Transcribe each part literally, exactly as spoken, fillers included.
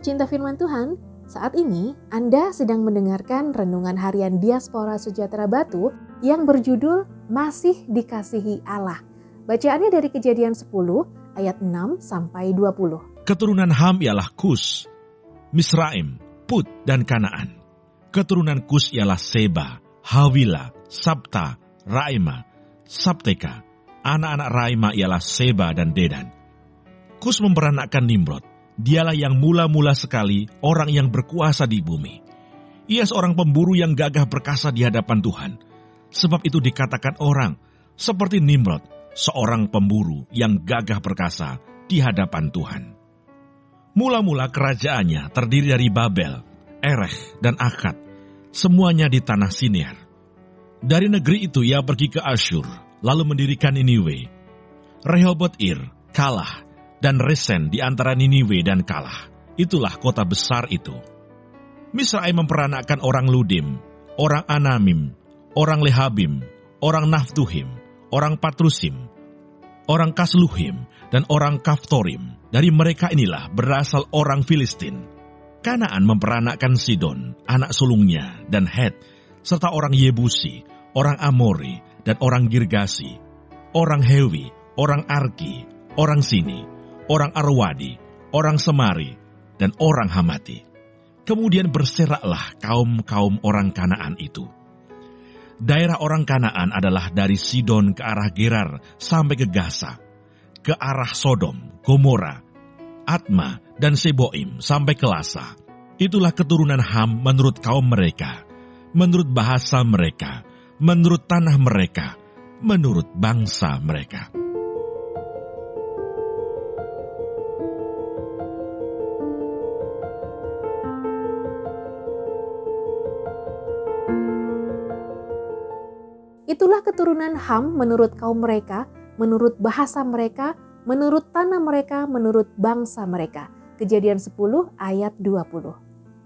pecinta firman Tuhan, saat ini Anda sedang mendengarkan renungan harian Diaspora Sejahtera Batu yang berjudul Masih Dikasihi Allah. Bacaannya dari Kejadian sepuluh ayat enam sampai dua puluh. Keturunan Ham ialah Kus, Misraim, Put, dan Kanaan. Keturunan Kus ialah Seba, Hawila, Sabta, Raima, Sabteka. Anak-anak Raima ialah Seba dan Dedan. Kus memperanakkan Nimrod. Dialah yang mula-mula sekali orang yang berkuasa di bumi. Ia seorang pemburu yang gagah perkasa di hadapan Tuhan. Sebab itu dikatakan orang seperti Nimrod, seorang pemburu yang gagah perkasa di hadapan Tuhan. Mula-mula kerajaannya terdiri dari Babel, Erech, dan Akkad, semuanya di tanah Sinear. Dari negeri itu ia pergi ke Asyur, lalu mendirikan Niniwe. Rehoboth-ir kalah, dan Resen di antara Niniwe dan kalah. Itulah kota besar itu. Misraim memperanakkan orang Ludim, orang Anamim, orang Lehabim, orang Naftuhim, orang Patrusim, orang Kasluhim, dan orang Kaftorim. Dari mereka inilah berasal orang Filistin. Kanaan memperanakkan Sidon, anak sulungnya, dan Het, serta orang Yebusi, orang Amori, dan orang Girgasi, orang Hewi, orang Arki, orang Sini, orang Arwadi, orang Semari, dan orang Hamati. Kemudian berseraklah kaum-kaum orang Kanaan itu. Daerah orang Kanaan adalah dari Sidon ke arah Gerar sampai ke Gaza, ke arah Sodom, Gomora, Atma, dan Seboim sampai ke Lasa. Itulah keturunan Ham menurut kaum mereka, menurut bahasa mereka, menurut tanah mereka, menurut bangsa mereka. Itulah keturunan Ham menurut kaum mereka, menurut bahasa mereka, menurut tanah mereka, menurut bangsa mereka. Kejadian sepuluh ayat dua puluh.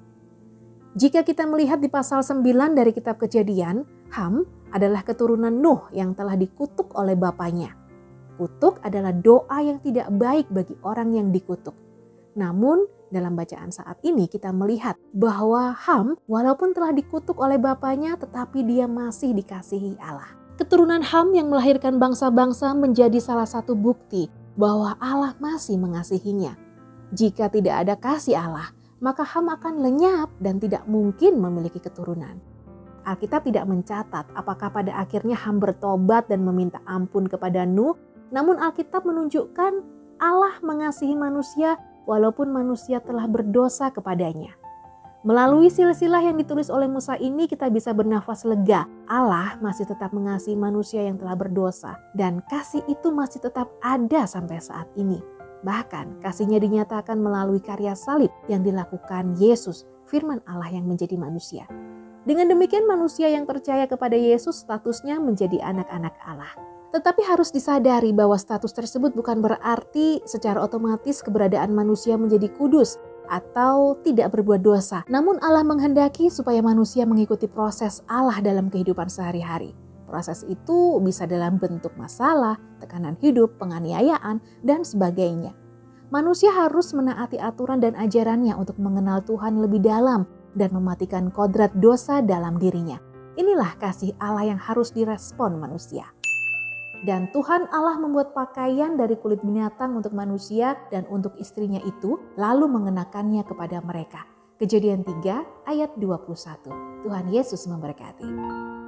Jika kita melihat di pasal sembilan dari kitab Kejadian, Ham adalah keturunan Nuh yang telah dikutuk oleh bapaknya. Kutuk adalah doa yang tidak baik bagi orang yang dikutuk. Namun dalam bacaan saat ini kita melihat bahwa Ham walaupun telah dikutuk oleh bapaknya tetapi dia masih dikasihi Allah. Keturunan Ham yang melahirkan bangsa-bangsa menjadi salah satu bukti bahwa Allah masih mengasihinya. Jika tidak ada kasih Allah, maka Ham akan lenyap dan tidak mungkin memiliki keturunan. Alkitab tidak mencatat apakah pada akhirnya Ham bertobat dan meminta ampun kepada Nuh, namun Alkitab menunjukkan Allah mengasihi manusia walaupun manusia telah berdosa kepadanya. Melalui silsilah yang ditulis oleh Musa ini kita bisa bernafas lega. Allah masih tetap mengasihi manusia yang telah berdosa dan kasih itu masih tetap ada sampai saat ini. Bahkan kasihnya dinyatakan melalui karya salib yang dilakukan Yesus, firman Allah yang menjadi manusia. Dengan demikian manusia yang percaya kepada Yesus statusnya menjadi anak-anak Allah. Tetapi harus disadari bahwa status tersebut bukan berarti secara otomatis keberadaan manusia menjadi kudus atau tidak berbuat dosa. Namun Allah menghendaki supaya manusia mengikuti proses Allah dalam kehidupan sehari-hari. Proses itu bisa dalam bentuk masalah, tekanan hidup, penganiayaan, dan sebagainya. Manusia harus menaati aturan dan ajarannya untuk mengenal Tuhan lebih dalam dan mematikan kodrat dosa dalam dirinya. Inilah kasih Allah yang harus direspon manusia. Dan Tuhan Allah membuat pakaian dari kulit binatang untuk manusia dan untuk istrinya itu, lalu mengenakannya kepada mereka. Kejadian tiga ayat dua puluh satu. Tuhan Yesus memberkati.